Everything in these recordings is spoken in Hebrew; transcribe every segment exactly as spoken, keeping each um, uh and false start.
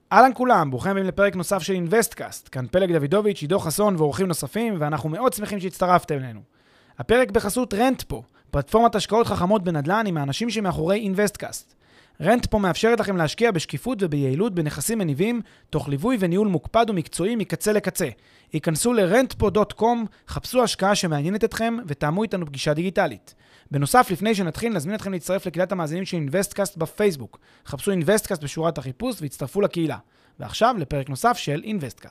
אהלן כולם, ברוכים הבאים לפרק נוסף של אינבסטקאסט. כאן פלג דוידוביץ', עידו חסון ואורחים נוספים, ואנחנו מאוד שמחים שהצטרפתם אלינו. הפרק בחסות רנטפו, פלטפורמת השקעות חכמות בנדל"ן עם האנשים שמאחורי אינבסטקאסט. רנטפו מאפשרת לכם להשקיע בשקיפות וביעילות בנכסים מניבים, תוך ליווי וניהול מוקפד ומקצועי מקצה לקצה. היכנסו ל-רנטפו דוט קום, חפשו השקעה שמעניינת אתכם ותאמו איתנו פגישה דיגיטלית. בנוסף, לפני שנתחיל, נזמין אתכם להצטרף לקהילת המאזינים של אינבסטקאסט בפייסבוק. חפשו אינבסטקאסט בשורת החיפוש והצטרפו לקהילה. ועכשיו לפרק נוסף של אינבסטקאסט.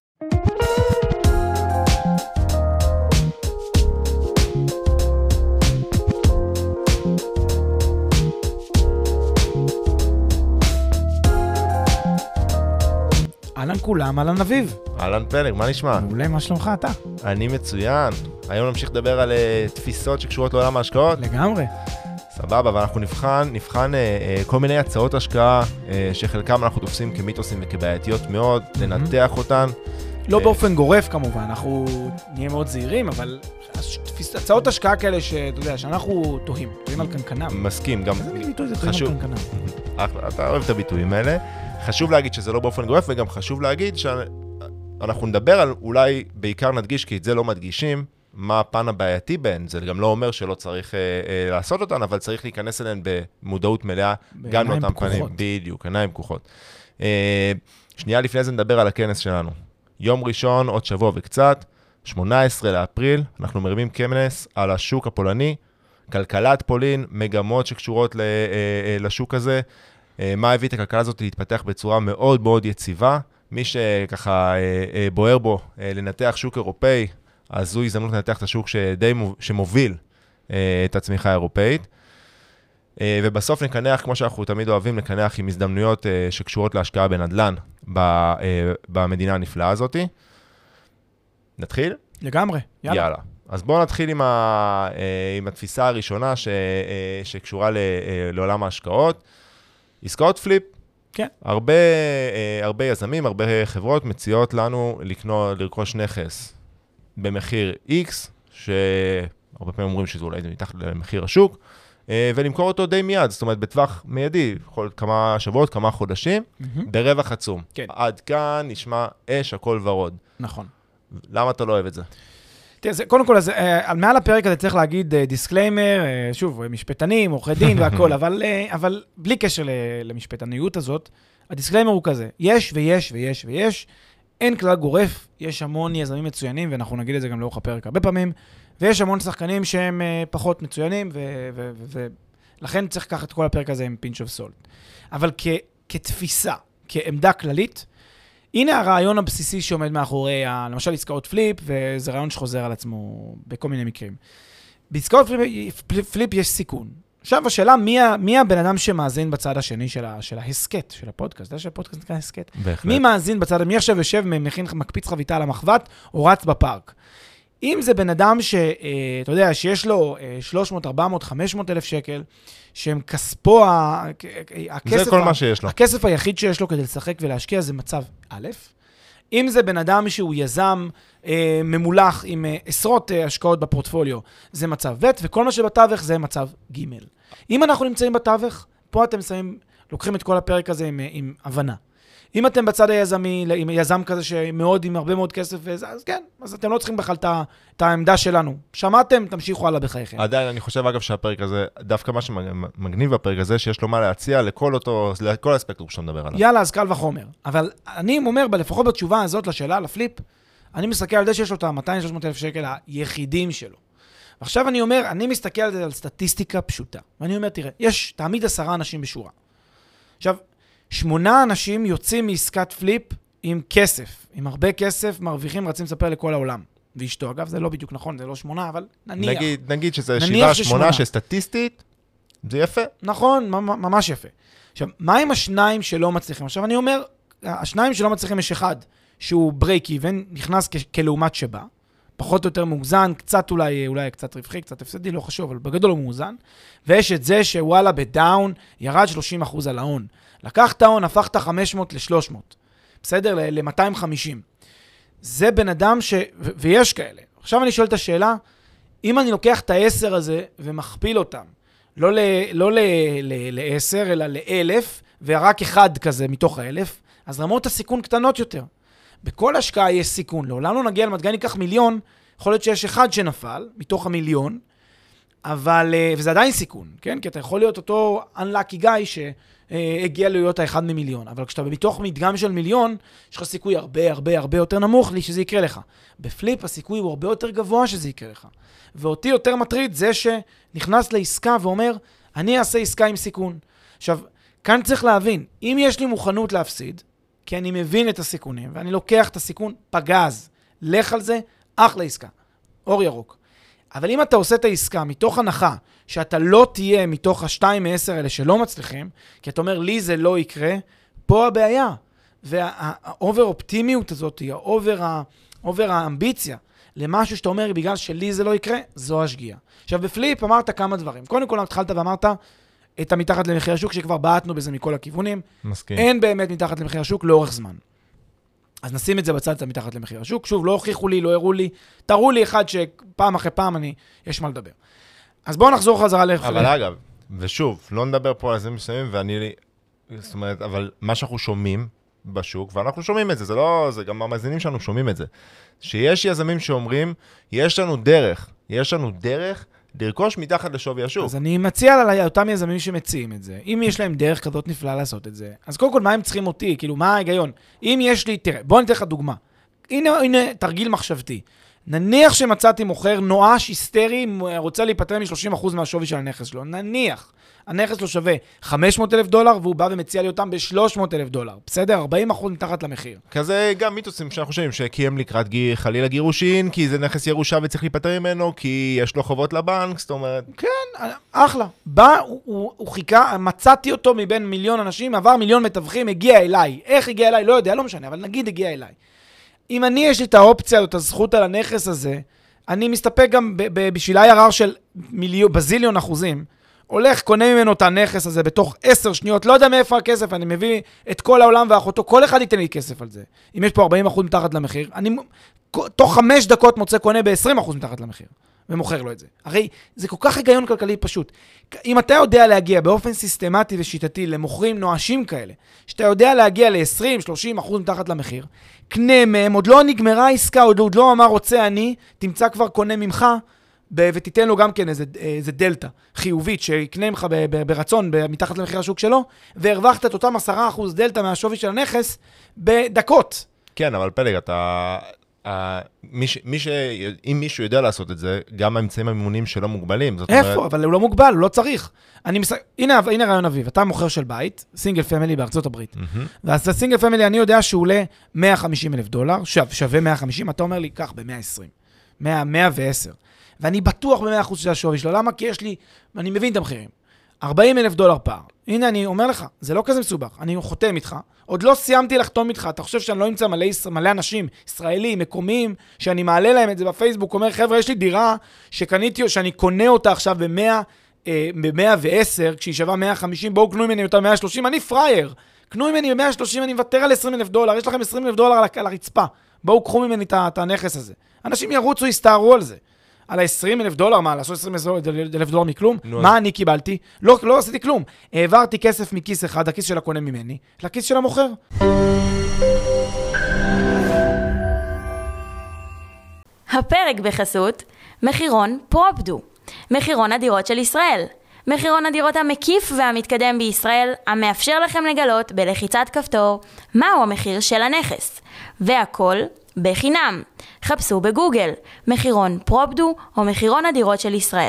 אהלן כולם, אהלן אביב. אהלן פלג, מה נשמע? מעולה, מה שלומך אתה? אני מצוין. היום נמשיך לדבר על uh, תפיסות שקשורות לעולם ההשקעות. לגמרי. סבבה, ואנחנו נבחן, נבחן uh, uh, כל מיני הצעות השקעה uh, שחלקם אנחנו תופסים כמיתוסים וכבעייתיות מאוד, mm-hmm. לנתח אותן. לא uh, באופן גורף כמובן, אנחנו נהיה מאוד זהירים, אבל תפיס, הצעות השקעה כאלה שאתה יודע, שאנחנו תוהים, תוהים על קנקנם. מסכים, גם איזה ביטוי זה חשוב. תוהים על קנקנם? אתה אוהב את הביטויים האלה. חשוב להגיד שזה לא באופן גורף, וגם חשוב להגיד שאנחנו נדבר על, אולי בעיקר נדגיש, כי את זה לא מדגישים, מה הפן הבעייתי בהן. זה גם לא אומר שלא צריך אה, אה, לעשות אותן, אבל צריך להיכנס אליהן במודעות מלאה, גם לאותם פנים. בדיוק, עיניים פקוחות. אה, שנייה לפני זה נדבר על הכנס שלנו. יום ראשון, עוד שבוע וקצת, שמונה עשרה לאפריל, אנחנו מרימים כנס על השוק הפולני, כלכלת פולין, מגמות שקשורות ל, אה, אה, לשוק הזה, מה הביא את הכלכלה הזאת להתפתח בצורה מאוד מאוד יציבה. מי שככה בוער בו לנתח שוק אירופאי, אז זו הזדמנות לנתח את השוק שדי שמוביל את הצמיחה האירופאית. ובסוף נקנח, כמו שאנחנו תמיד אוהבים, נקנח עם הזדמנויות שקשורות להשקעה בנדל"ן במדינה הנפלאה הזאת. נתחיל? לגמרי, יאללה. יאללה. אז בואו נתחיל עם, ה, עם התפיסה הראשונה ש, שקשורה ל, לעולם ההשקעות. עסקאות פליפ. כן. הרבה, הרבה יזמים, הרבה חברות מציעות לנו לקנות, לרכוש נכס במחיר X, שהרבה פעמים אומרים שזה אולי מתחת למחיר השוק, ולמכור אותו די מיד, זאת אומרת בטווח מיידי, כל כמה שבועות, כמה חודשים, mm-hmm. ברווח עצום. כן. עד כאן נשמע אש, הכל ורוד. נכון. למה אתה לא אוהב את זה? תראה, קודם כל, אז, על מעל הפרק הזה צריך להגיד דיסקליימר, שוב, משפטנים, עורכי דין והכל, אבל, אבל בלי קשר למשפטניות הזאת, הדיסקליימר הוא כזה, יש ויש ויש ויש, אין כלל גורף, יש המון יזמים מצוינים, ואנחנו נגיד את זה גם לאורך הפרק הרבה פעמים, ויש המון שחקנים שהם פחות מצוינים, ולכן צריך לקחת את כל הפרק הזה עם פינץ' אוף סולט. אבל כ, כתפיסה, כעמדה כללית, הנה הרעיון הבסיסי שעומד מאחורי, למשל עסקאות פליפ, וזה רעיון שחוזר על עצמו בכל מיני מקרים. בעסקאות פליפ, פליפ, פליפ יש סיכון. עכשיו השאלה, מי, מי הבן אדם שמאזין בצד השני של, ה, של ההסקט, של הפודקאסט? זה שהפודקאסט נקרא הסקט. בהחלט. מי מאזין בצד, מי עכשיו יושב, מכין, מקפיץ חביתה על המחבת, או רץ בפארק. אם זה בן אדם ש, אתה יודע, שיש לו שלוש מאות, ארבע מאות, חמש מאות אלף שקל, שהם כספו, הכסף, זה כל מה שיש לו. הכסף היחיד שיש לו כדי לשחק ולהשקיע זה מצב א', אם זה בן אדם שהוא יזם אה, ממולח עם אה, עשרות אה, השקעות בפורטפוליו, זה מצב ב', וכל מה שבתווך זה מצב ג'. אם אנחנו נמצאים בתווך, פה אתם שמים, לוקחים את כל הפרק הזה עם, עם הבנה. אם אתם בצד היזמי, עם יזם כזה שמאוד, עם הרבה מאוד כסף, אז כן, אז אתם לא צריכים בכלל את העמדה שלנו. שמעתם, תמשיכו הלאה בחייכם. עדיין, אני חושב אגב שהפרק הזה, דווקא מה שמגניב בפרק הזה, שיש לו מה להציע לכל אותו, לכל הספקטרום שאתה מדבר עליו. יאללה, אז קל וחומר. אבל אני אומר, לפחות בתשובה הזאת לשאלה, לפליפ, אני מסתכל על זה שיש לו את ה-מאתיים שלוש מאות אלף שקל היחידים שלו. ועכשיו אני אומר, אני מסתכל על זה על סטטיסטיקה פשוטה. ואני אומר, תראה, יש תעמיד עשרה אנשים בשורה. עכשיו, שמונה אנשים יוצאים מעסקת פליפ עם כסף, עם הרבה כסף, מרוויחים, רצים לספר לכל העולם. ואשתו, אגב, זה לא בדיוק נכון, זה לא שמונה, אבל נניח. נגיד, נגיד שזה שבעה, שמונה, שסטטיסטית, זה יפה. נכון, ממש יפה. עכשיו, מה עם השניים שלא מצליחים? עכשיו, אני אומר, השניים שלא מצליחים יש אחד, שהוא break even, נכנס כ- כלעומת שבה, פחות או יותר מאוזן, קצת אולי, אולי קצת רווחי, קצת הפסדי, לא חשוב, אבל בגדול הוא מאוזן. ויש את זה שוואלה, בדאון, ירד שלושים אחוז על ההון. לקח את ההון, הפך את ה-חמש מאות ל-שלוש מאות. בסדר? ל-מאתיים וחמישים. זה בן אדם ש... ו- ויש כאלה. עכשיו אני שואל את השאלה, אם אני לוקח את ה-עשר הזה ומכפיל אותם, לא ל-עשר, לא ל- ל- ל- אלא ל-אלף, ורק אחד כזה מתוך האלף, אז רמות הסיכון קטנות יותר. בכל השקעה יש סיכון. לעולם לא נגיע למדגן ייקח מיליון, יכול להיות שיש אחד שנפל, מתוך המיליון, אבל, וזה עדיין סיכון, כן? כי אתה יכול להיות אותו unlucky guy שהגיע להיות האחד ממיליון. אבל כשאתה בתוך מדגם של מיליון, יש לך סיכוי הרבה, הרבה, הרבה יותר נמוך לי שזה יקרה לך. בפליפ הסיכוי הוא הרבה יותר גבוה שזה יקרה לך. ואותי יותר מטריד זה שנכנס לעסקה ואומר, אני אעשה עסקה עם סיכון. עכשיו, כאן צריך להבין, אם יש לי מוכנות להפסיד, כי אני מבין את הסיכונים, ואני לוקח את הסיכון פגז, לך על זה, אחלה עסקה, אור ירוק. אבל אם אתה עושה את העסקה מתוך הנחה, שאתה לא תהיה מתוך השתיים מעשר האלה שלא מצליחים, כי אתה אומר, לי זה לא יקרה, פה הבעיה. והאובר אופטימיות הזאת, האובר האמביציה, למשהו שאתה אומר, בגלל שלי זה לא יקרה, זו השגיאה. עכשיו, בפליפ אמרת כמה דברים. קודם כל, התחלת ואמרת, את המתחת למחיר השוק, שכבר בעטנו בזה מכל הכיוונים. מסכים. אין באמת מתחת למחיר השוק לאורך זמן. אז נשים את זה בצד, את המתחת למחיר השוק. שוב, לא הוכיחו לי, לא הראו לי. תראו לי אחד שפעם אחרי פעם אני, יש מה לדבר. אז בואו נחזור חזרה ל... אבל אגב, ושוב, לא נדבר פה על זה מסוימים, ואני, זאת אומרת, אבל מה שאנחנו שומעים בשוק, ואנחנו שומעים את זה, זה לא, זה גם המאזינים שלנו שומעים את זה, שיש יזמים שאומרים, יש לנו דרך, יש לנו דרך לרכוש מתחת לשווי השוק. אז אני מציע על אותם יזמים שמציעים את זה. אם יש להם דרך כזאת נפלאה לעשות את זה, אז קודם כל, מה הם צריכים אותי? כאילו, מה ההיגיון? אם יש לי, תראה, בוא ניתן לך דוגמה. הנה, הנה, תרגיל מחשבתי. נניח שמצאתי מוכר נואש היסטרי, רוצה להיפטר מ-שלושים אחוז מהשווי של הנכס שלו. נניח. הנכס לא שווה חמש מאות אלף דולר, והוא בא ומציע לי אותם ב-שלוש מאות אלף דולר. בסדר? ארבעים אחוז מתחת למחיר. כזה גם מיתוסים שאנחנו חושבים, שכי הם לקראת גי, חלילה גירושין, כי זה נכס ירושה וצריך להיפטר ממנו, כי יש לו חובות לבנק, זאת אומרת... כן, אחלה. בא, הוא, הוא, הוא חיכה, מצאתי אותו מבין מיליון אנשים, עבר מיליון מתווכים, הגיע אליי. איך הגיע אליי? לא יודע, לא משנה, אבל נגיד הגיע אליי. אם אני יש לי את האופציה, את הזכות על הנכס הזה, אני מסתפק גם בשביל הערר של מיליון, בזיליון אחוזים, הולך, קונה ממנו את הנכס הזה בתוך עשר שניות, לא יודע מאיפה הכסף, אני מביא את כל העולם ואחותו, כל אחד ייתן לי כסף על זה. אם יש פה ארבעים אחוז מתחת למחיר, אני תוך חמש דקות מוצא קונה ב-עשרים אחוז מתחת למחיר, ומוכר לו את זה. הרי זה כל כך היגיון כלכלי פשוט. אם אתה יודע להגיע באופן סיסטמטי ושיטתי למוכרים נואשים כאלה, שאתה יודע להגיע ל-עשרים שלושים אחוז מתחת למחיר, קנה מהם, עוד לא נגמרה העסקה, עוד, עוד לא אמר רוצה אני, תמצא כבר קונה ממך, ב- ותיתן לו גם כן איזה, איזה דלטה חיובית שיקנה ממך ב- ב- ברצון ב- מתחת למחיר השוק שלו, והרווחת את אותם עשרה אחוז דלטה מהשווי של הנכס בדקות. כן, אבל פלג, אתה... Uh, מי ש, מי ש, אם מישהו יודע לעשות את זה, גם האמצעים המימונים שלו מוגבלים. זאת איפה? אומרת... אבל הוא לא מוגבל, הוא לא צריך. אני מס... הנה, הנה רעיון אביב, אתה מוכר של בית, סינגל פמילי בארצות הברית. Mm-hmm. ואז הסינגל פמילי, אני יודע שהוא עולה מאה וחמישים אלף דולר, שווה, שווה מאה וחמישים, אתה אומר לי, קח ב-מאה ועשרים, מאה ועשר. ואני בטוח ב-מאה אחוז של השווי שלו. למה? כי יש לי, אני מבין את המחירים. ארבעים אלף דולר פער. הנה, אני אומר לך, זה לא כזה מסובך. אני חותם איתך. עוד לא סיימתי לחתום איתך. אתה חושב שאני לא אמצא מלא, מלא אנשים, ישראלים, מקומיים, שאני מעלה להם את זה בפייסבוק, אומר, חבר'ה, יש לי דירה שקניתי, שאני קונה אותה עכשיו ב-מאה, ב-מאה ועשר, כשהיא שווה מאה וחמישים, בואו קנו ממני אותה מאה ושלושים, אני פרייר. קנו ממני ב-מאה ושלושים, אני מוותר על עשרים אלף דולר, יש לכם עשרים אלף דולר על הרצפה. בואו קחו ממני את הנכס הזה. אנשים ירוצו, יסתערו על זה. על ה-עשרים אלף דולר, מה, לעשות עשרים אלף דולר מכלום? מה אני קיבלתי? לא, לא עשיתי כלום. העברתי כסף מכיס אחד, הכיס של הקונה ממני, לכיס של המוכר. הפרק בחסות מחירון פרופדו, מחירון הדירות של ישראל. מחירון הדירות המקיף והמתקדם בישראל, המאפשר לכם לגלות בלחיצת כפתור מהו המחיר של הנכס. והכל בחינם. חפשו בגוגל, מחירון פרופדו או מחירון הדירות של ישראל.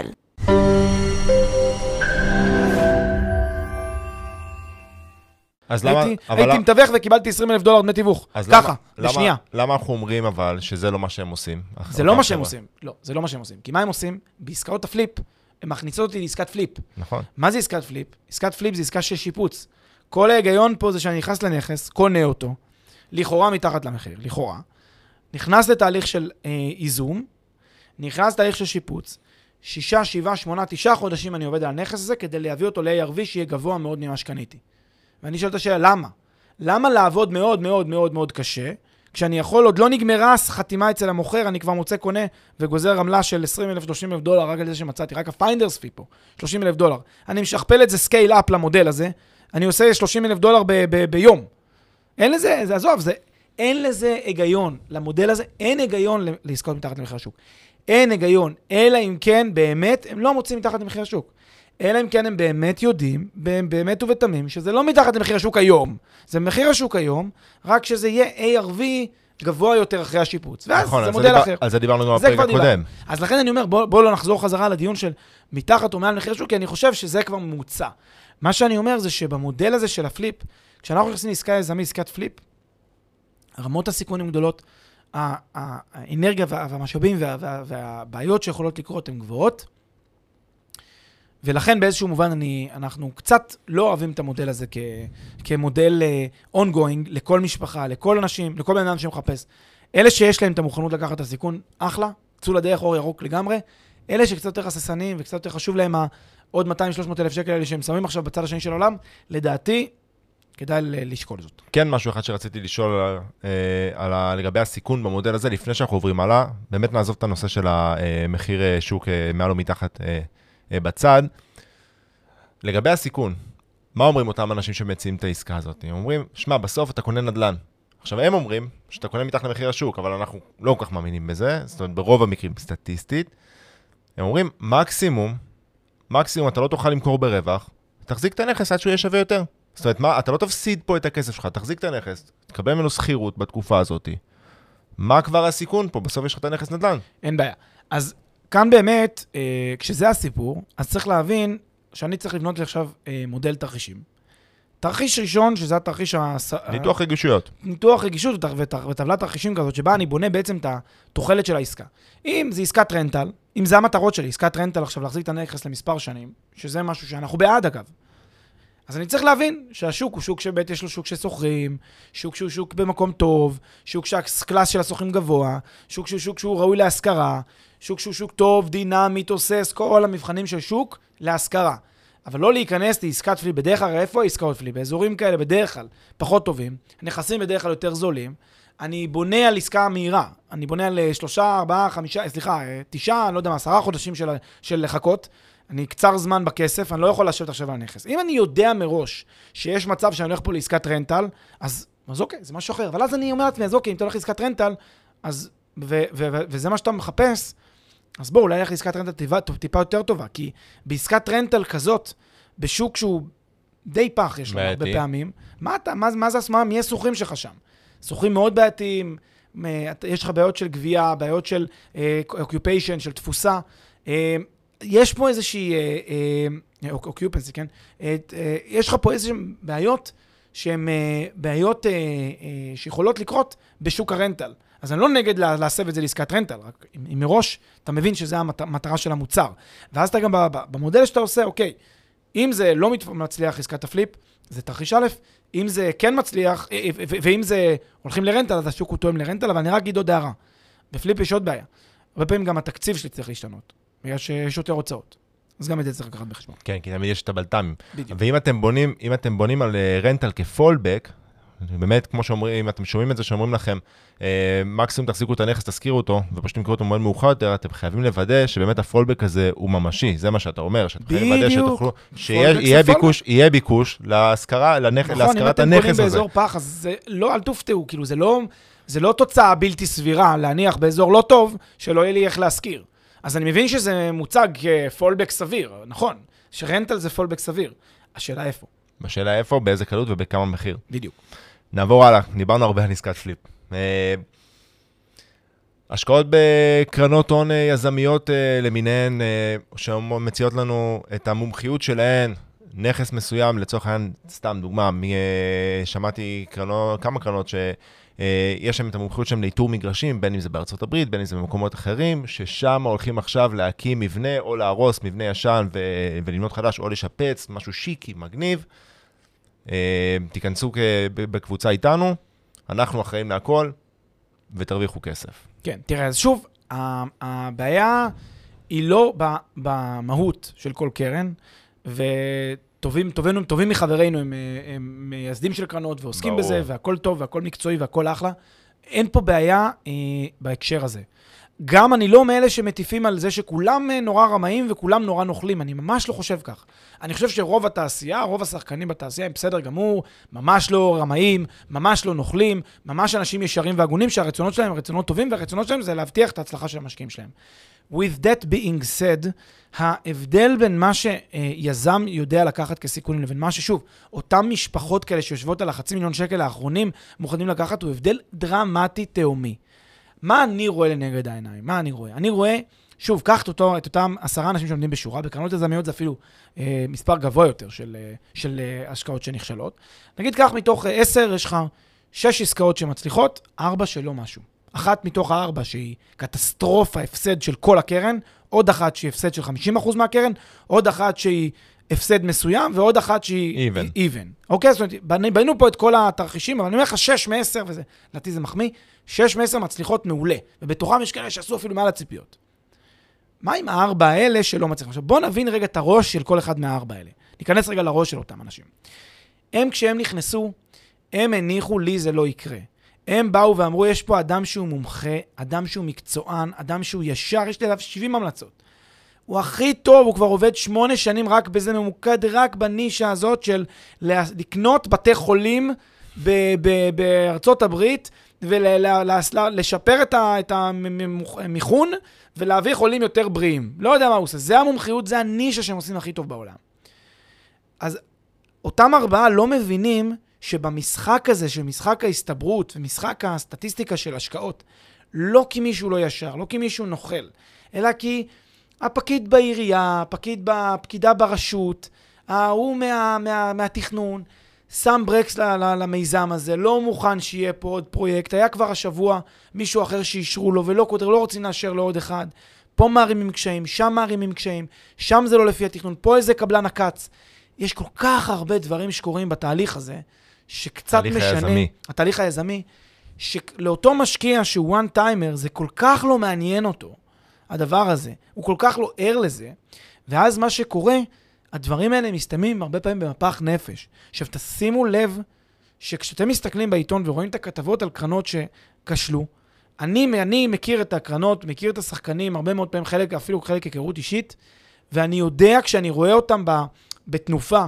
אז למה... הייתי מתווך וקיבלתי עשרים אלף דולר דמי תיווך. ככה, בשנייה. למה אנחנו אומרים אבל שזה לא מה שהם עושים? זה לא מה שהם עושים. לא, זה לא מה שהם עושים. כי מה הם עושים? בעסקאות הפליפ, הם מכניסות אותי לעסקת פליפ. נכון. מה זה עסקת פליפ? עסקת פליפ זה עסקה של שיפוץ. כל ההיגיון פה זה שאני נכנס לנכס, קונה אותו, לכאורה מתחת למחיר, לכאורה. נכנס לתהליך של אה, איזום, נכנס לתהליך של שיפוץ, שישה, שבעה, שמונה, תשעה חודשים אני עובד על הנכס הזה, כדי להביא אותו ל-איי אר וי שיהיה גבוה מאוד ממה שקניתי. ואני שואל את השאלה, למה? למה לעבוד מאוד מאוד מאוד מאוד קשה, כשאני יכול, עוד לא נגמרה חתימה אצל המוכר, אני כבר מוצא קונה וגוזר רמלה של עשרים אלף שלושים אלף דולר, רק על זה שמצאתי, רק הפיינדרס פי פה, שלושים אלף דולר. אני משכפל את זה סקייל אפ למודל הזה, אני עושה שלושים אלף דולר ב- ב- ביום. אין לזה, זה עזוב, זה, אין לזה היגיון. למודל הזה אין היגיון לעסקאות מתחת למחיר השוק. אין היגיון, אלא אם כן באמת הם לא מוצאים מתחת למחיר השוק. אלא אם כן הם באמת יודעים, באמת ובתמים, שזה לא מתחת למחיר השוק היום. זה מחיר השוק היום, רק שזה יהיה איי אר וי גבוה יותר אחרי השיפוץ. ואז נכון, זה מודל דיבר, אחר. על זה דיברנו גם בפרק הקודם. אז לכן אני אומר, בוא, בוא לא נחזור חזרה לדיון של מתחת או מעל מחיר השוק, כי אני חושב שזה כבר ממוצע. מה שאני אומר זה שבמודל הזה של הפליפ, כשאנחנו נכנסים לעסקה יזמית, עסקת פליפ, רמות הסיכונים גדולות, האנרגיה והמשאבים והבעיות שיכולות לקרות הן גבוהות, ולכן באיזשהו מובן אני, אנחנו קצת לא אוהבים את המודל הזה כ, כמודל uh, ongoing לכל משפחה, לכל אנשים, לכל בן אדם שמחפש. אלה שיש להם את המוכנות לקחת את הסיכון, אחלה, צאו לדרך אור ירוק לגמרי. אלה שקצת יותר חססנים וקצת יותר חשוב להם עוד מאתיים שלוש מאות אלף שקל האלה שהם שמים עכשיו בצד השני של העולם, לדעתי, כדאי לשקול זאת. כן, משהו אחד שרציתי לשאול אה, על ה, לגבי הסיכון במודל הזה, לפני שאנחנו עוברים הלאה, באמת נעזוב את הנושא של המחיר שוק אה, מעל או מתחת אה, אה, בצד. לגבי הסיכון, מה אומרים אותם אנשים שמציעים את העסקה הזאת? הם אומרים, שמע, בסוף אתה קונה נדל"ן. עכשיו, הם אומרים שאתה קונה מתחת למחיר השוק, אבל אנחנו לא כל כך מאמינים בזה, זאת אומרת, ברוב המקרים סטטיסטית. הם אומרים, מקסימום, מקסימום אתה לא תוכל למכור ברווח, תחזיק את הנכס עד שהוא יהיה שווה יותר. זאת אומרת, מה, אתה לא תפסיד פה את הכסף שלך, תחזיק את הנכס, תקבל ממנו שכירות בתקופה הזאת. מה כבר הסיכון פה? בסוף יש לך את הנכס נדל"ן. אין בעיה. אז כאן באמת, אה, כשזה הסיפור, אז צריך להבין שאני צריך לבנות לי עכשיו אה, מודל תרחישים. תרחיש ראשון, שזה התרחיש... הס... ניתוח רגישויות. ניתוח רגישות וטבלת תרחישים כזאת, שבה אני בונה בעצם את התוחלת של העסקה. אם זה עסקת רנטל, אם זה המטרות שלי, עסקת רנטל עכשיו להחזיק את הנכס למספר שנים, שזה משהו שאנחנו בעד אגב. אז אני צריך להבין שהשוק הוא שוק שבית יש לו שוק שסוחרים, שוק שהוא שוק במקום טוב, שוק שהקלאס של הסוחרים גבוה, שוק שהוא שוק שהוא ראוי להשכרה, שוק שהוא שוק טוב, דינמי, תוסס, כל המבחנים של שוק להשכרה. אבל לא להיכנס לעסקת פליפ, בדרך כלל איפה עסקאות פליפ? באזורים כאלה בדרך כלל פחות טובים, נכסים בדרך כלל יותר זולים, אני בונה על עסקה מהירה, אני בונה על שלושה, ארבעה, חמישה, סליחה, תשעה, אני לא יודע מה, עשרה חודשים של, של לחכות, אני קצר זמן בכסף, אני לא יכול לשבת עכשיו על הנכס. אם אני יודע מראש שיש מצב שאני הולך פה לעסקת רנטל, אז, אז אוקיי, זה משהו אחר. אבל אז אני אומר לעצמי, אז אוקיי, אם אתה הולך לעסקת רנטל, אז, ו, ו, ו, וזה מה שאתה מחפש, אז בואו, אולי הולך לעסקת רנטל טיפה, טיפה יותר טובה, כי בעסקת רנטל כזאת, בשוק שהוא די פח, יש לו הרבה פעמים, מה אתה, מה, מה זה הסמאה? מי הסוחרים שלך שם? סוחרים מאוד בעייתיים, יש לך בעיות של גבייה, בעיות של occupation, של תפוסה, יש פה איזושהי, occupancy, כן? יש לך פה איזושהי בעיות שהן בעיות שיכולות לקרות בשוק הרנטל. אז אני לא נגד להסב את זה לעסקת רנטל, רק אם מראש אתה מבין שזה המטרה של המוצר. ואז אתה גם במודל שאתה עושה, אוקיי, אם זה לא מצליח עסקת הפליפ, זה תרחיש א', אם זה כן מצליח, ואם זה הולכים לרנטל, אז השוק הוא תואם לרנטל, אבל אני רק אגיד עוד הערה. בפליפ יש עוד בעיה. הרבה פעמים גם התקציב שלי צריך להשתנות. יש יותר הוצאות. אז גם את זה צריך לקחת בחשבון. כן, כי תמיד יש את הבלת"מים. ואם אתם בונים, אם אתם בונים על רנטל כפולבק, באמת, כמו שאומרים, אם אתם שומעים את זה, שאומרים לכם, מקסימום תחזיקו את הנכס, תזכירו אותו, ופשוט תמכרו אותו מאוד מאוחר יותר, אתם חייבים לוודא שבאמת הפולבק הזה הוא ממשי. זה מה שאתה אומר, שאתם חייבים לוודא שתוכלו, שיהיה ביקוש להשכרת הנכס הזה. נכון, אם אתם בונים באזור פח, אז זה לא, אל תופתעו, כאילו, זה לא תוצאה בלתי סבירה להניח באזור לא טוב, שלא יהיה לי איך להשכיר. אז אני מבין שזה מוצג כפולבק סביר, נכון, שרנטל זה פולבק סביר. השאלה איפה? בשאלה איפה, באיזה קלות ובכמה מחיר. בדיוק. נעבור הלאה, דיברנו הרבה על עסקת פליפ. השקעות בקרנות הון יזמיות למיניהן, שמציעות לנו את המומחיות שלהן, נכס מסוים, לצורך העניין, סתם דוגמה, שמעתי קרנות, כמה קרנות שיש להם את המומחיות שלהם לאיתור מגרשים, בין אם זה בארצות הברית, בין אם זה במקומות אחרים, ששם הולכים עכשיו להקים מבנה או להרוס מבנה ישן ולבנות חדש, או לשפץ, משהו שיקי, מגניב. תיכנסו בקבוצה איתנו, אנחנו אחראים להכל, ותרוויחו כסף. כן, תראה, אז שוב, הבעיה היא לא במהות של כל קרן, וטובים טובים, טובים מחברינו, הם, הם מייסדים של קרנות ועוסקים ברור. בזה, והכל טוב, והכל מקצועי, והכל אחלה. אין פה בעיה אה, בהקשר הזה. גם אני לא מאלה שמטיפים על זה שכולם נורא רמאים וכולם נורא נוכלים, אני ממש לא חושב כך. אני חושב שרוב התעשייה, רוב השחקנים בתעשייה הם בסדר גמור, ממש לא רמאים, ממש לא נוכלים, ממש אנשים ישרים והגונים שהרצונות שלהם הם רצונות טובים, והרצונות שלהם זה להבטיח את ההצלחה של המשקיעים שלהם. With that being said, ההבדל בין מה שיזם יודע לקחת כסיכונים לבין מה ששוב, אותם משפחות כאלה שיושבות על החצי מיליון שקל האחרונים מוכנים לקחת, הוא הבדל דרמטי תאומי. מה אני רואה לנגד העיניים? מה אני רואה? אני רואה, שוב, קחת אותו, את אותם עשרה אנשים שעומדים בשורה, בקרנות יזמיות זה אפילו אה, מספר גבוה יותר של, אה, של אה, השקעות שנכשלות. נגיד כך, מתוך אה, עשר, יש לך שש עסקאות שמצליחות, ארבע שלא משהו. אחת מתוך הארבע שהיא קטסטרופה, הפסד של כל הקרן, עוד אחת שהיא הפסד של חמישים אחוז מהקרן, עוד אחת שהיא הפסד מסוים, ועוד אחת שהיא even. even. אוקיי? זאת אומרת, בנינו פה את כל התרחישים, אבל אני אומר לך שש מעשר, וזה, לדעתי זה מחמיא, שש מעשר מצליחות מעולה, ובתוכם יש כאלה שעשו אפילו מעל הציפיות. מה עם הארבע האלה שלא מצליחים? עכשיו, בוא נבין רגע את הראש של כל אחד מהארבע האלה. ניכנס רגע לראש של אותם אנשים. הם, כשהם נכנסו, הם הניחו לי זה לא יקרה. הם באו ואמרו, יש פה אדם שהוא מומחה, אדם שהוא מקצוען, אדם שהוא ישר, יש לי עליו שבעים המלצות. הוא הכי טוב, הוא כבר עובד שמונה שנים רק בזה, ממוקד רק בנישה הזאת של לקנות בתי חולים ב- ב- בארצות הברית, ולשפר את המיכון, ולהביא חולים יותר בריאים. לא יודע מה הוא עושה, זה המומחיות, זה הנישה שהם עושים הכי טוב בעולם. אז אותם ארבעה לא מבינים שבמשחק הזה, שמשחק ההסתברות ומשחק הסטטיסטיקה של השקעות, לא כי מישהו לא ישר, לא כי מישהו נוכל, אלא כי הפקיד בעירייה, הפקיד בפקידה ברשות, הוא מה, מה, מהתכנון, שם ברקס למיזם הזה, לא מוכן שיהיה פה עוד פרויקט, היה כבר השבוע מישהו אחר שישרו לו ולא קודר, לא רוצים לאשר לו עוד אחד, פה מערימים קשיים, שם מערימים קשיים, שם זה לא לפי התכנון, פה איזה קבלן הקץ. יש כל כך הרבה דברים שקורים בתהליך הזה, שקצת משנה, היזמי. התהליך היזמי, שלאותו משקיע שהוא one timer, זה כל כך לא מעניין אותו, הדבר הזה, הוא כל כך לא ער לזה, ואז מה שקורה, הדברים האלה מסתיימים הרבה פעמים במפח נפש. עכשיו, תשימו לב שכשאתם מסתכלים בעיתון ורואים את הכתבות על קרנות שכשלו, אני, אני מכיר את הקרנות, מכיר את השחקנים, הרבה מאוד פעמים חלק, אפילו חלק היכרות אישית, ואני יודע כשאני רואה אותם בתנופה,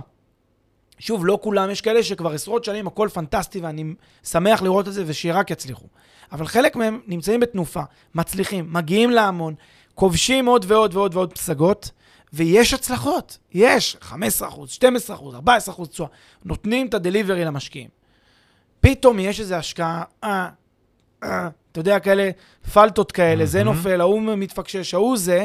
שוב, לא כולם, יש כאלה שכבר עשרות שנים הכל פנטסטי, ואני שמח לראות את זה ושרק יצליחו. אבל חלק מהם נמצאים בתנופה, מצליחים, מגיעים להמון, כובשים עוד ועוד ועוד ועוד פסגות, ויש הצלחות, יש חמישה עשר אחוז, שנים עשר אחוז, ארבעה עשר אחוז תשואה, נותנים את הדליברי למשקיעים. פתאום יש איזו השקעה, אה, אה, אתה יודע, כאלה פלטות כאלה, זה נופל, ההוא מתפקשש, ההוא זה,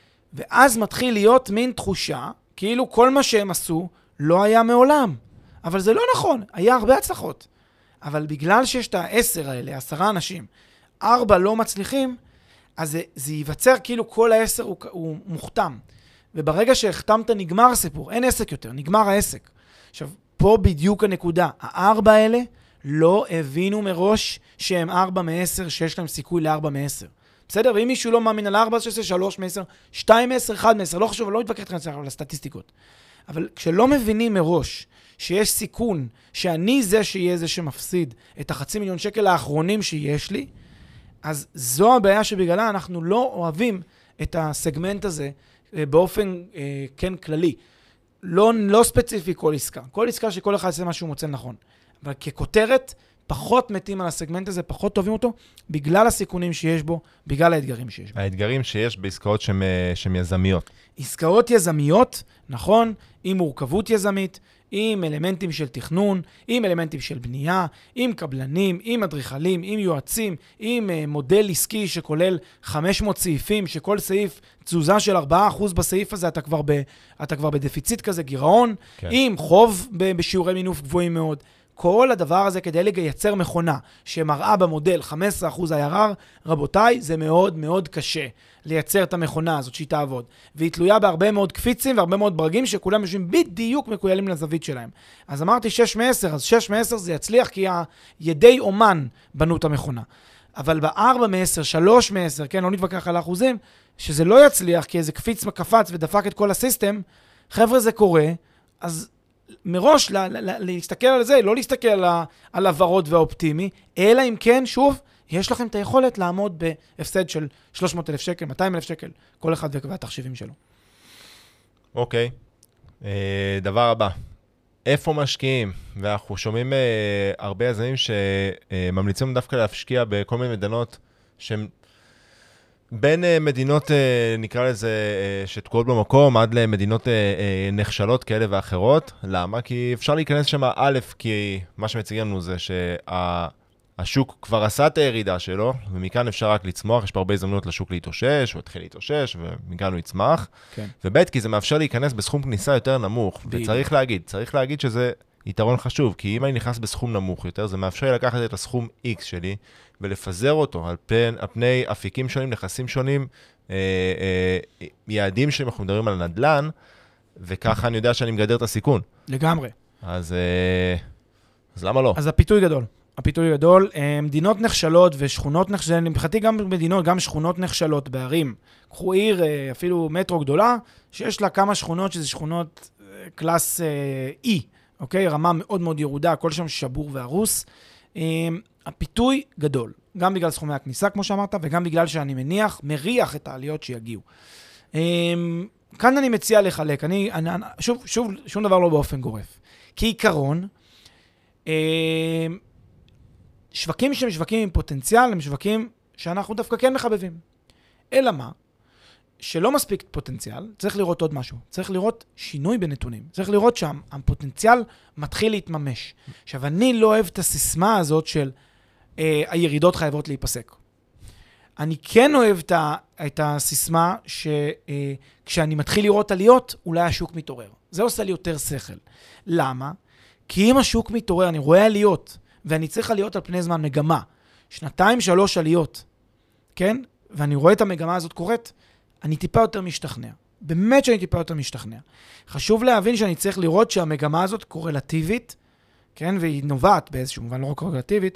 ואז מתחיל להיות מין תחושה, כאילו כל מה שהם עשו לא היה מעולם. אבל זה לא נכון, היה הרבה הצלחות. אבל בגלל שיש את העשר האלה, עשרה אנשים, ארבע לא מצליחים, אז זה, זה ייווצר כאילו כל העשר הוא, הוא מוכתם. וברגע שהחתמת נגמר הסיפור, אין עסק יותר, נגמר העסק. עכשיו, פה בדיוק הנקודה. הארבע האלה לא הבינו מראש שהם ארבע מעשר, שיש להם סיכוי לארבע מעשר. בסדר? ואם מישהו לא מאמין על ארבע, אז שזה שלוש מעשר, שתיים מעשר, אחד מעשר, לא חשוב, לא מתווכח אתכם על הסטטיסטיקות. אבל כשלא מבינים מראש שיש סיכון שאני זה שיהיה זה שמפסיד את החצי מיליון שקל האחרונים שיש לי, אז זו הבעיה שבגללה אנחנו לא אוהבים את הסגמנט הזה באופן אה, כן כללי. לא, לא ספציפי כל עסקה. כל עסקה שכל אחד עושה מה שהוא מוצא נכון. אבל ככותרת, פחות מתים על הסגמנט הזה, פחות טובים אותו, בגלל הסיכונים שיש בו, בגלל האתגרים שיש בו. האתגרים שיש בעסקאות שהן יזמיות. עסקאות יזמיות, נכון, עם מורכבות יזמית, עם אלמנטים של תכנון, עם אלמנטים של בנייה, עם קבלנים, עם אדריכלים, עם יועצים, עם uh, מודל עסקי שכולל חמש מאות סעיפים, שכל סעיף תזוזה של ארבעה אחוז בסעיף הזה, אתה כבר, ב, אתה כבר בדפיציט כזה, גירעון, כן. עם חוב ב, בשיעורי מינוף גבוהים מאוד. כל הדבר הזה כדי לייצר מכונה שמראה במודל חמישה עשר אחוז I R R, רבותיי, זה מאוד מאוד קשה לייצר את המכונה הזאת שהיא תעבוד. והיא תלויה בהרבה מאוד קפיצים והרבה מאוד ברגים שכולם יושבים בדיוק מקוילים לזווית שלהם. אז אמרתי שש מעשר, אז שש מעשר זה יצליח כי הידי אומן בנו את המכונה. אבל ב-ארבע מעשר, שלוש מעשר, כן, לא נתווכח על האחוזים, שזה לא יצליח כי איזה קפיץ מקפץ ודפק את כל הסיסטם, חבר'ה זה קורה, אז מראש לה, לה, להסתכל על זה, לא להסתכל על, על הוורוד והאופטימי, אלא אם כן, שוב, יש לכם את היכולת לעמוד בהפסד של שלוש מאות אלף שקל, מאתיים אלף שקל, כל אחד והתחשיבים שלו. אוקיי. דבר הבא. איפה משקיעים? ואנחנו שומעים הרבה יזמים שממליצים דווקא להשקיע בכל מיני מדינות שהן בין מדינות, נקרא לזה, שתקועות במקום, עד למדינות נחשלות כאלה ואחרות. למה? כי אפשר להיכנס שם א', כי מה שמציגים לנו זה שהשוק כבר עשה את הירידה שלו, ומכאן אפשר רק לצמוח, יש פה הרבה הזדמנות לשוק להתאושש, הוא התחיל להתאושש, ומכאן הוא יצמח. כן. וב', כי זה מאפשר להיכנס בסכום כניסה יותר נמוך, בדיוק. וצריך להגיד, צריך להגיד שזה יתרון חשוב, כי אם אני נכנס בסכום נמוך יותר, זה מאפשר לי לקחת את הסכום X שלי, ולפזר אותו על פני, על פני אפיקים שונים, נכסים שונים, אה, אה, יעדים שהם אנחנו מדברים על נדל"ן, וככה אני יודע שאני מגדר את הסיכון. לגמרי. אז, אה, אז למה לא? אז הפיתוי גדול. הפיתוי גדול. מדינות נחשלות ושכונות נחשלות, מבחינתי גם מדינות, גם שכונות נחשלות בערים. קחו עיר, אפילו מטרו גדולה, שיש לה כמה שכונות שזה שכונות קלאס E, אוקיי? רמה מאוד מאוד ירודה, הכל שם שבור והרוס. הפיתוי גדול, גם בגלל סכומי הכניסה, כמו שאמרת, וגם בגלל שאני מניח, מריח את העליות שיגיעו. כאן אני מציע לחלק, אני, אני, שוב, שוב, שום דבר לא באופן גורף. כעיקרון, שווקים שהם שווקים עם פוטנציאל, הם שווקים שאנחנו דווקא כן מחבבים. אלא מה? שלא מספיק פוטנציאל, צריך לראות עוד משהו. צריך לראות שינוי בנתונים. צריך לראות שהפוטנציאל מתחיל להתממש. עכשיו, אני לא אוהב את הסיסמה הזאת של אה, הירידות חייבות להיפסק. אני כן אוהב את, ה, את הסיסמה שכשאני אה, מתחיל לראות עליות, אולי השוק מתעורר. זה עושה לי יותר שכל. למה? כי אם השוק מתעורר, אני רואה עליות, ואני צריך עליות על פני זמן מגמה, שנתיים, שלוש עליות, כן? ואני רואה את המגמה הזאת קורית, אני טיפה יותר משתכנע. באמת שאני טיפה יותר משתכנע. חשוב להבין שאני צריך לראות שהמגמה הזאת קורלטיבית, כן? והיא נובעת באיזשהו מובן, לא רק קורלטיבית,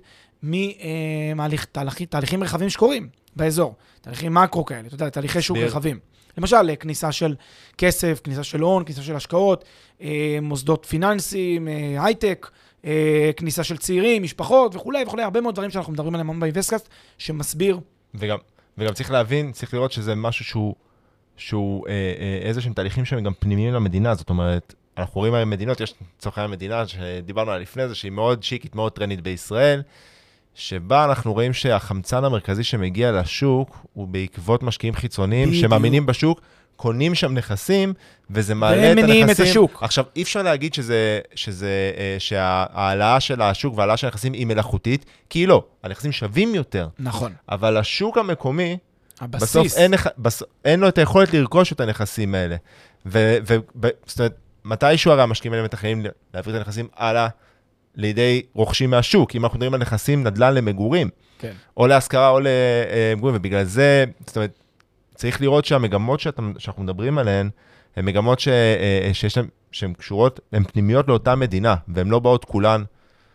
מתהליכים רחבים שקורים באזור. תהליכים מקרו כאלה, אתה יודע, תהליכי שוק רחבים. למשל, כניסה של כסף, כניסה של הון, כניסה של השקעות, מוסדות פיננסיים, הייטק, כניסה של צעירים, משפחות וכו' וכו', הרבה מאוד דברים שאנחנו מדברים עליהם באינבסטקאסט, שמסביר. וגם, וגם צריך להבין, צריך לראות שזה משהו שהוא, שהוא אה, אה, איזה שהם תהליכים שהם גם פנימיים למדינה, זאת אומרת, אנחנו רואים היום מדינות, יש צורכי המדינה שדיברנו עליה לפני זה, שהיא מאוד שיקית, מאוד טרנית בישראל, שבה אנחנו רואים שהחמצן המרכזי שמגיע לשוק, הוא בעקבות משקיעים חיצוניים, בדיוק. שמאמינים בשוק, קונים שם נכסים, וזה מעלה את הנכסים. את השוק. עכשיו, אי אפשר להגיד שזה, שזה, שההעלאה של השוק וההעלאה של הנכסים היא מלאכותית, כי היא לא. הנכסים שווים יותר. נכון. אבל השוק המקומי, הבסיס. בסוף אין, בסוף, אין לו את היכולת לרכוש את הנכסים האלה. ו, ו, ו, זאת אומרת, מתישהו הרי המשקיעים האלה מתחילים להעביר את הנכסים הלאה לידי רוכשים מהשוק. אם אנחנו מדברים על נכסים נדל"ן למגורים, כן. או להשכרה או למגורים, ובגלל זה, זאת אומרת, צריך לראות שהמגמות שאתם, שאנחנו מדברים עליהן, הן מגמות ש, שיש להן, שהן קשורות, הן פנימיות לאותה מדינה, והן לא באות כולן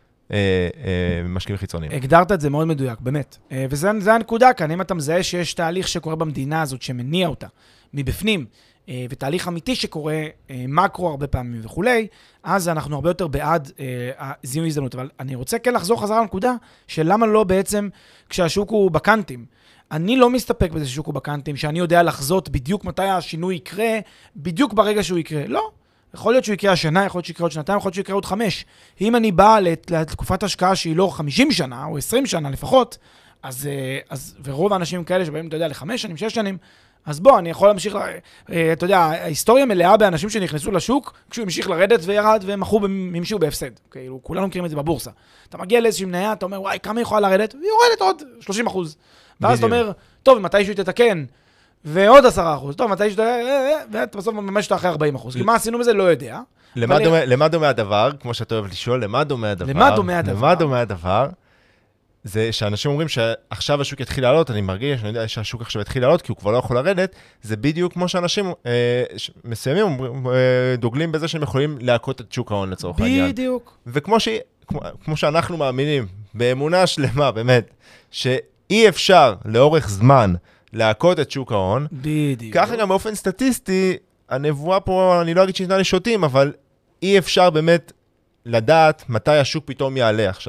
משקיעים חיצוניים. הגדרת את זה מאוד מדויק, באמת. וזה הנקודה כאן, אם אתה מזהה שיש תהליך שקורה במדינה הזאת, שמניע אותה מבפנים, ותהליך אמיתי שקורה מקרו הרבה פעמים וכולי, אז אנחנו הרבה יותר בעד זיהוי הזדמנות. אבל אני רוצה כן לחזור חזרה לנקודה, של למה לא בעצם כשהשוק הוא בקנטים. אני לא מסתפק בזה ששוק הוא בקנטים, שאני יודע לחזות בדיוק מתי השינוי יקרה, בדיוק ברגע שהוא יקרה. לא. יכול להיות שהוא יקרה השנה, יכול להיות שהוא יקרה עוד שנתיים, יכול להיות שהוא יקרה עוד חמש. אם אני בא לתקופת השקעה שהיא לא חמישים שנה, או עשרים שנה לפחות, אז, אז, ורוב האנשים כאלה שבאים, אתה יודע, לחמש שנים, שש שנים, אז בוא, אני יכול להמשיך, אתה יודע, ההיסטוריה מלאה באנשים שנכנסו לשוק, כשהוא המשיך לרדת וירד, והם מחו, המשיכו בהפסד. כאילו, כולנו מכירים את זה בבורסה. אתה מגיע לאיזושהי מניה, אתה אומר, וואי, כמה יכולה לרדת? והיא יורדת עוד שלושים אחוז. ואז אתה אומר, טוב, מתישהו תתקן, ועוד עשרה אחוז. טוב, מתישהו תתקן, ובסוף ממש אתה אחרי ארבעים אחוז. כי מה עשינו בזה, לא יודע. למה דומה הדבר, כמו שאתה אוהב לשאול, למה דומה הדבר? למה דומה הדבר? למה דומה הדבר? זה שאנשים אומרים שעכשיו השוק יתחיל לעלות, אני מרגיש, אני יודע שהשוק עכשיו יתחיל לעלות, כי הוא כבר לא יכול לרדת, זה בדיוק כמו שאנשים אה, מסוימים אה, דוגלים בזה שהם יכולים להכות את שוק ההון לצורך העניין. בדיוק. וכמו ש, כמו, כמו שאנחנו מאמינים, באמונה שלמה, באמת, שאי אפשר לאורך זמן להכות את שוק ההון, בדיוק. ככה גם באופן סטטיסטי, הנבואה פה, אני לא אגיד שניתנה לשוטים, אבל אי אפשר באמת לדעת מתי השוק פתאום יעלה עכשיו.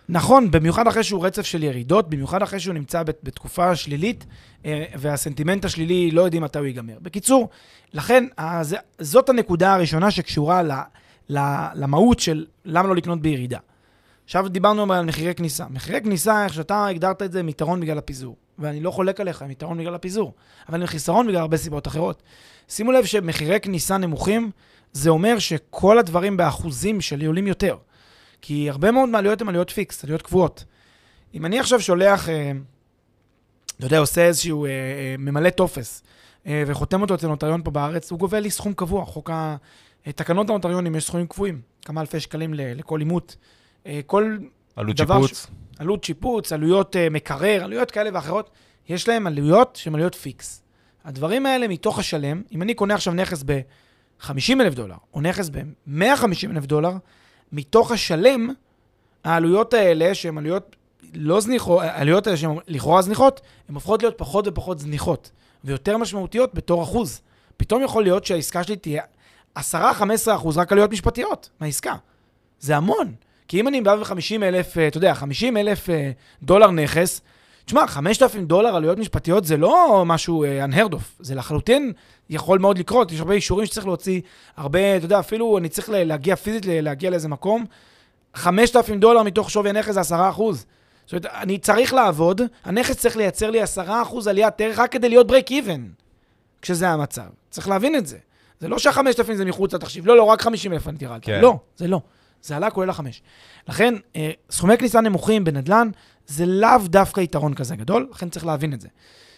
נכון, במיוחד אחרי שהוא רצף של ירידות, במיוחד אחרי שהוא נמצא בתקופה שלילית, והסנטימנט השלילי לא יודעים מתי הוא ייגמר. בקיצור, לכן, זאת הנקודה הראשונה שקשורה למהות של למה לא לקנות בירידה. עכשיו דיברנו על מחירי כניסה. מחירי כניסה, איך שאתה הגדרת את זה, הם יתרון בגלל הפיזור. ואני לא חולק עליך, הם יתרון בגלל הפיזור. אבל הם חיסרון בגלל הרבה סיבות אחרות. שימו לב שמחירי כניסה נמוכים, זה אומר שכל הדברים באחוזים שלי עולים יותר. כי הרבה מאוד מעלויות הן עלויות פיקס, עלויות קבועות. אם אני עכשיו שולח, אה, לא יודע, עושה איזשהו אה, אה, ממלא טופס, אה, וחותם אותו אצל נוטריון פה בארץ, הוא גובה לי סכום קבוע. חוק התקנות הנוטריונים יש סכומים קבועים, כמה אלפי שקלים ל- לכל אימות. אה, כל עלות דבר שיפוץ. ש... עלות שיפוץ, עלויות אה, מקרר, עלויות כאלה ואחרות, יש להם עלויות שהן עלויות פיקס. הדברים האלה מתוך השלם, אם אני קונה עכשיו נכס ב-חמישים אלף דולר, או נכס ב-מאה וחמישים אלף דולר, מתוך השלם, העלויות האלה, שהן עלויות לא זניחות, העלויות האלה שהן לכאורה זניחות, הן הופכות להיות פחות ופחות זניחות, ויותר משמעותיות בתור אחוז. פתאום יכול להיות שהעסקה שלי תהיה עשרה עד חמישה עשר אחוז רק עלויות משפטיות מהעסקה. זה המון. כי אם אני בא ב-חמישים אלף, אתה יודע, חמישים אלף דולר נכס, תשמע, חמשת אלפים דולר עלויות משפטיות זה לא משהו unheard of, זה לחלוטין יכול מאוד לקרות, יש הרבה אישורים שצריך להוציא, הרבה, אתה יודע, אפילו אני צריך להגיע פיזית, להגיע לאיזה מקום, חמשת אלפים דולר מתוך שווי הנכס זה עשרה אחוז. זאת אומרת, אני צריך לעבוד, הנכס צריך לייצר לי עשרה אחוז עליית ערך רק כדי להיות break even, כשזה המצב. צריך להבין את זה. זה לא שהחמשת אלפים זה מחוץ לתחשיב, לא, לא, רק חמישים אלף אני תראה. כן. לא, זה לא. זה עלה כולל החמש. לכן, סכומי כניסה נמוכים בנדלן, זה לאו דווקא יתרון כזה גדול, לכן צריך להבין את זה.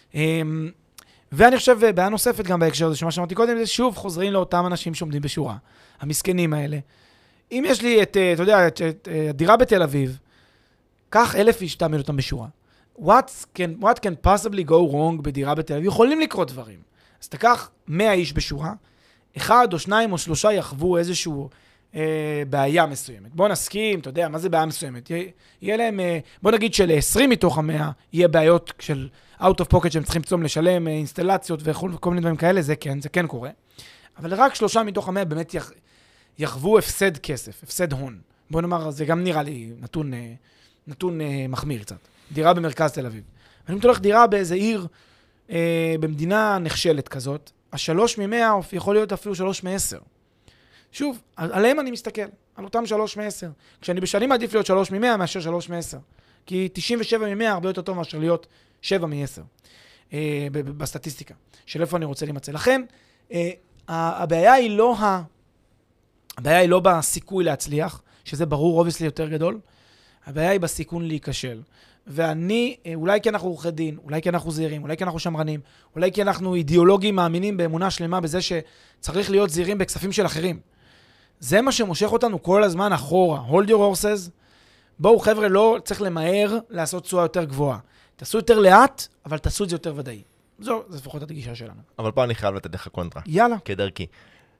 ואני חושב, בעיה נוספת גם בהקשר הזה, שמה שאמרתי קודם, זה שוב חוזרים לאותם אנשים שעומדים בשורה, המסכנים האלה. אם יש לי את, אתה יודע, את, את הדירה בתל אביב, קח אלף איש תעמיד אותם בשורה. What can, what can possibly go wrong בדירה בתל אביב? יכולים לקרות דברים. אז תקח מאה איש בשורה, אחד או שניים או שלושה יחוו איזשהו אה, בעיה מסוימת. בוא נסכים, אתה יודע, מה זה בעיה מסוימת? יהיה, יהיה להם, אה, בוא נגיד של-עשרים מתוך המאה, יהיה בעיות של out of pocket שהם צריכים פתאום לשלם, אה, אינסטלציות וכל כל מיני דברים כאלה, זה כן, זה כן קורה. אבל רק שלושה מתוך המאה באמת יח, יחוו הפסד כסף, הפסד הון. בוא נאמר, זה גם נראה לי נתון, אה, נתון אה, מחמיר קצת. דירה במרכז תל אביב. אני מתולך דירה באיזה עיר, אה, במדינה נחשלת כזאת, השלוש ממאה יכול להיות אפילו שלוש מעשר. שוב, עליהם אני מסתכל, על אותם שלוש מעשר. כשאני בשנים מעדיף להיות שלוש ממאה מאשר שלוש מעשר. כי תשעים ושבע ממאה הרבה יותר טוב מאשר להיות שבע מעשר. אה, בסטטיסטיקה, של איפה אני רוצה להימצא. לכן, אה, הבעיה היא לא ה... הבעיה היא לא בסיכוי להצליח, שזה ברור, obviously יותר גדול. הבעיה היא בסיכון להיכשל. ואני, אולי כי אנחנו עורכי דין, אולי כי אנחנו זהירים, אולי כי אנחנו שמרנים, אולי כי אנחנו אידיאולוגים מאמינים באמונה שלמה בזה שצריך להיות זהירים בכספים של אחרים. זה מה שמושך אותנו כל הזמן אחורה. Hold your horses. בואו חבר'ה, לא צריך למהר לעשות תשואה יותר גבוהה. תעשו יותר לאט, אבל תעשו את זה יותר ודאי. זו, זה לפחות את הגישה שלנו. אבל פה אני חייב לתת לך קונטרה. יאללה. כדרכי.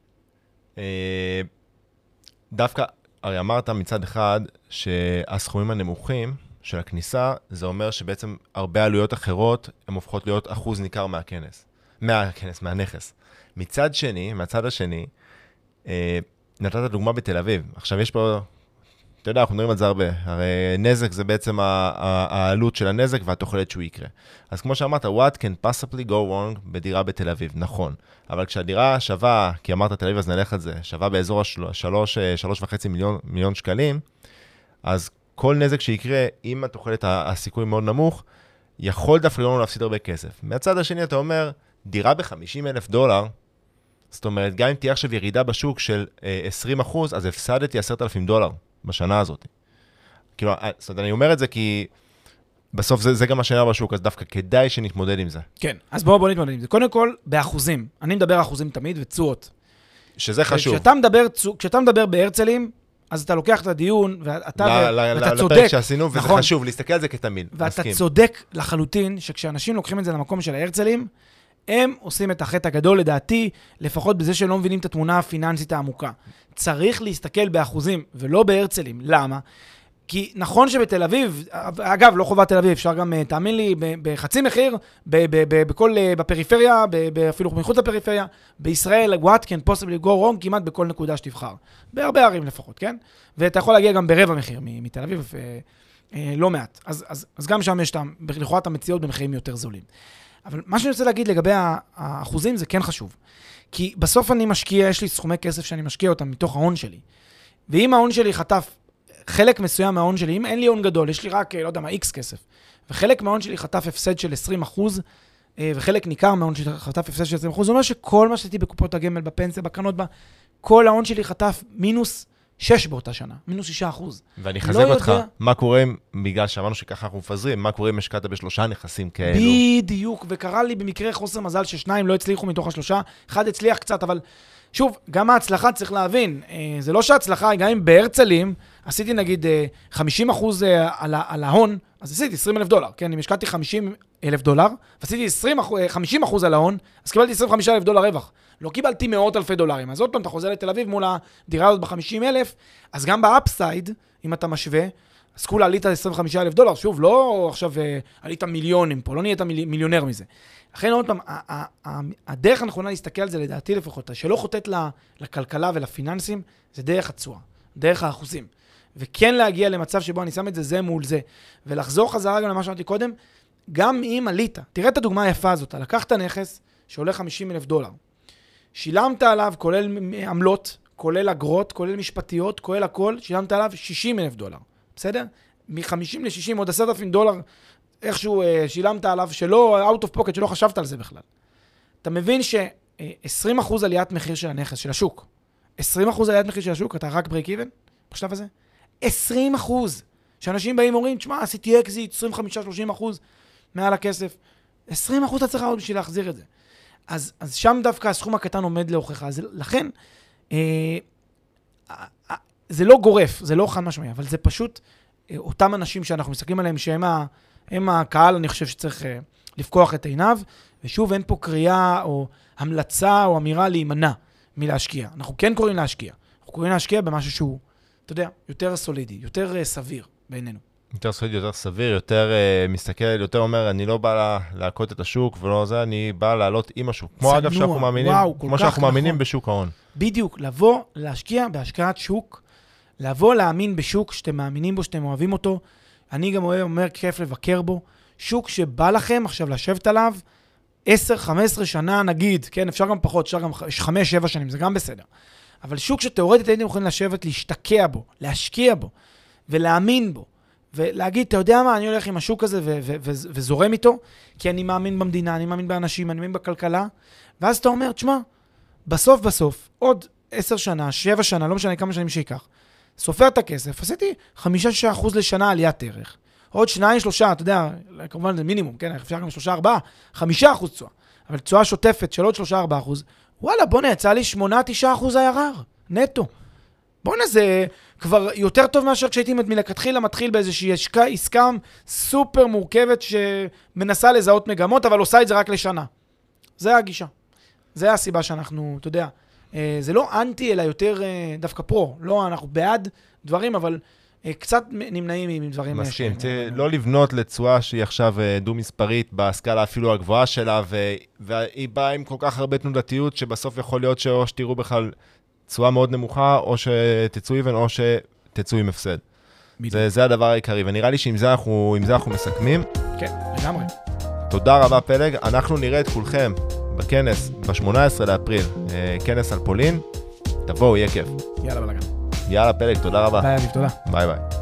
דווקא, הרי אמרת מצד אחד שהסכומים הנמוכים של הכניסה, זה אומר שבעצם הרבה עלויות אחרות, הן הופכות להיות אחוז ניכר מהכנס. מהכנס, מהנכס. מצד שני, מהצד השני, אה, נתת דוגמה בתל אביב. עכשיו יש פה, אתה יודע, אנחנו מדברים על זה הרבה. הרי נזק זה בעצם העלות של הנזק והתוחלת שהוא יקרה. אז כמו שאמרת, what can possibly go wrong בדירה בתל אביב, נכון. אבל כשהדירה שווה, כי אמרת תל אביב אז נלך על זה, שווה באזור השלוש, שלוש וחצי מיליון, מיליון שקלים, אז כל נזק שיקרה, אם התוחלת הסיכוי מאוד נמוך, יכול דווקא לא להפסיד הרבה כסף. מהצד השני אתה אומר, דירה ב-חמישים אלף דולר, זאת אומרת, גם אם תהיה עכשיו ירידה בשוק של עשרים אחוז, אז הפסדתי עשרת אלפים דולר בשנה הזאת. כאילו, זאת אומרת, אני אומר את זה כי בסוף זה, זה גם השנה בשוק, אז דווקא כדאי שנתמודד עם זה. כן, אז בואו בוא נתמודד עם זה. קודם כל, באחוזים. אני מדבר אחוזים תמיד וצועות. שזה חשוב. כשאתה מדבר, כשאתה מדבר בהרצלים, אז אתה לוקח את הדיון, ואתה, ואתה צודק. לפרק שעשינו, וזה חשוב, להסתכל על זה כתמיד. ואתה צודק לחלוטין, שכשאנשים לוקחים את זה למקום של ההרצלים, הם עושים את החטא הגדול, לדעתי, לפחות בזה שהם לא מבינים את התמונה הפיננסית העמוקה. צריך להסתכל באחוזים, ולא בהרצלים. למה? כי נכון שבתל אביב, אגב, לא חובה תל אביב, אפשר גם, תאמין לי, בחצי מחיר, בכל, בפריפריה, אפילו מחוץ לפריפריה, בישראל, what can possibly go wrong, כמעט בכל נקודה שתבחר. בהרבה ערים לפחות, כן? ואתה יכול להגיע גם ברבע מחיר מתל אביב, אה, לא מעט. אז, אז, אז גם שם יש את לכאורה את המציאות במחירים יותר זולים. אבל מה שאני רוצה להגיד לגבי האחוזים זה כן חשוב. כי בסוף אני משקיע, יש לי סכומי כסף שאני משקיע אותם מתוך ההון שלי. ואם ההון שלי חטף חלק מסוים מההון שלי, אם אין לי הון גדול, יש לי רק, לא יודע מה, X כסף, וחלק מההון שלי חטף הפסד של עשרים אחוז, וחלק ניכר מההון שלי חטף הפסד של עשרים אחוז, זאת אומרת שכל מה שעשיתי בקופות הגמל, בפנסיה, בקרנות, כל ההון שלי חטף מינוס שש באותה שנה, מינוס שישה אחוז. ואני חזק לא אותך, יודע... מה קורה, בגלל שאמרנו שככה אנחנו מפזרים, מה קורה אם השקעת בשלושה נכסים כאלו? בדיוק, וקרה לי במקרה חוסר מזל ששניים לא הצליחו מתוך השלושה, אחד הצליח קצת, אבל שוב, גם ההצלחה צריך להבין, זה לא שההצלחה, גם אם בהרצלים, עשיתי נגיד חמישים אחוז על, על ההון, אז עשיתי עשרים אלף דולר, כן, אם השקעתי חמישים אלף דולר, ועשיתי חמישים אחוז על ההון, אז קיבלתי עשרים וחמישה אלף דולר רווח. לא קיבלתי מאות אלפי דולרים. אז עוד פעם, אתה חוזר לתל אביב מול הדירה הזאת ב-חמישים אלף, אז גם באפסייד, אם אתה משווה, אז כולה עלית עשרים וחמישה אלף דולר. שוב, לא עכשיו עלית מיליונים פה, לא נהיית מיליונר מזה. לכן עוד פעם, הדרך הנכונה להסתכל על זה, לדעתי לפחות, שלא חוטאת לכלכלה ולפיננסים, זה דרך התשואה, דרך האחוזים. וכן להגיע למצב שבו אני שם את זה זה מול זה, ולחזור חזרה גם למה שאמרתי קודם, גם אם עלית, תראה את הדוגמה היפה הזאת, לקחת נכס שעולה חמישים אלף דולר, שילמת עליו, כולל עמלות, כולל אגרות, כולל משפטיות, כולל הכל, שילמת עליו שישים אלף דולר, בסדר? מ-חמישים ל-שישים, עוד עשרת אלפים דולר, איכשהו אה, שילמת עליו, שלא, out of pocket, שלא חשבת על זה בכלל. אתה מבין ש-עשרים אחוז עליית מחיר של הנכס, של השוק, עשרים אחוז עליית מחיר של השוק, אתה רק break even בשלב הזה? עשרים אחוז. שאנשים באים ואומרים, תשמע, עשיתי אקזיט, עשרים וחמישה שלושים אחוז מעל הכסף. עשרים אחוז אתה צריך עוד בשביל להחזיר את זה. אז, אז שם דווקא הסכום הקטן עומד להוכחה. אז לכן, אה, אה, זה לא גורף, זה לא חד משמעי, אבל זה פשוט אה, אותם אנשים שאנחנו מסתכלים עליהם, שהם ה, הם הקהל, אני חושב שצריך אה, לפקוח את עיניו, ושוב, אין פה קריאה או המלצה או אמירה להימנע מלהשקיע. אנחנו כן קוראים להשקיע. אנחנו קוראים להשקיע במשהו שהוא, אתה יודע, יותר סולידי, יותר uh, סביר בעינינו. יותר סולידי, יותר סביר, יותר uh, מסתכל, יותר אומר, אני לא בא להכות את השוק ולא זה, אני בא לעלות עם השוק. כמו צנוע, אגב שאנחנו מאמינים, וואו, כמו שאנחנו נכון. מאמינים בשוק ההון. בדיוק, לבוא, להשקיע בהשקעת שוק, לבוא להאמין בשוק שאתם מאמינים בו, שאתם אוהבים אותו. אני גם אומר, כיף לבקר בו. שוק שבא לכם עכשיו לשבת עליו, עשר חמש עשרה שנה נגיד, כן, אפשר גם פחות, אפשר גם חמש שבע שנים, זה גם בסדר. אבל שוק שתיאורטית הייתם יכולים לשבת, להשתקע בו, להשקיע בו, ולהאמין בו, ולהגיד, אתה יודע מה, אני הולך עם השוק הזה ו- ו- ו- וזורם איתו, כי אני מאמין במדינה, אני מאמין באנשים, אני מאמין בכלכלה, ואז אתה אומר, תשמע, בסוף בסוף, עוד עשר שנה, שבע שנה, לא משנה כמה שנים שיקח, סופר את הכסף, עשיתי חמישה שישה אחוז לשנה עליית ערך, עוד שניים, שלושה, אתה יודע, כמובן זה מינימום, כן, אפשר גם שלושה, ארבעה, חמישה אחוז תשואה, אבל תשואה שוטפת של עוד שלושה, ארבעה אחוז, וואלה, בונה, יצא לי שמונה, תשעה אחוז הערר, נטו. בונה, זה כבר יותר טוב מאשר כשהייתי מלכתחילה מתחיל באיזושהי עסקה, עסקה סופר מורכבת שמנסה לזהות מגמות, אבל עושה את זה רק לשנה. זה הגישה. זה הסיבה שאנחנו, אתה יודע, זה לא אנטי, אלא יותר דווקא פרו. לא, אנחנו בעד דברים, אבל קצת נמנעים עם דברים. מסכים, לא לבנות לתשואה שהיא עכשיו דו-מספרית בהשכלה אפילו הגבוהה שלה, והיא באה עם כל כך הרבה תנודתיות, שבסוף יכול להיות שאו שתראו בכלל תשואה מאוד נמוכה, או שתצאו איבן, או שתצאו עם הפסד. זה הדבר העיקרי, ונראה לי שעם זה אנחנו מסכמים. כן, לגמרי. תודה רבה פלג, אנחנו נראה את כולכם בכנס ב-שמונה עשרה לאפריל, כנס על פולין, תבואו, יהיה כיף. יאללה בלגן. יאללה פלג, תודה רבה. ביי, אביב, תודה. ביי ביי.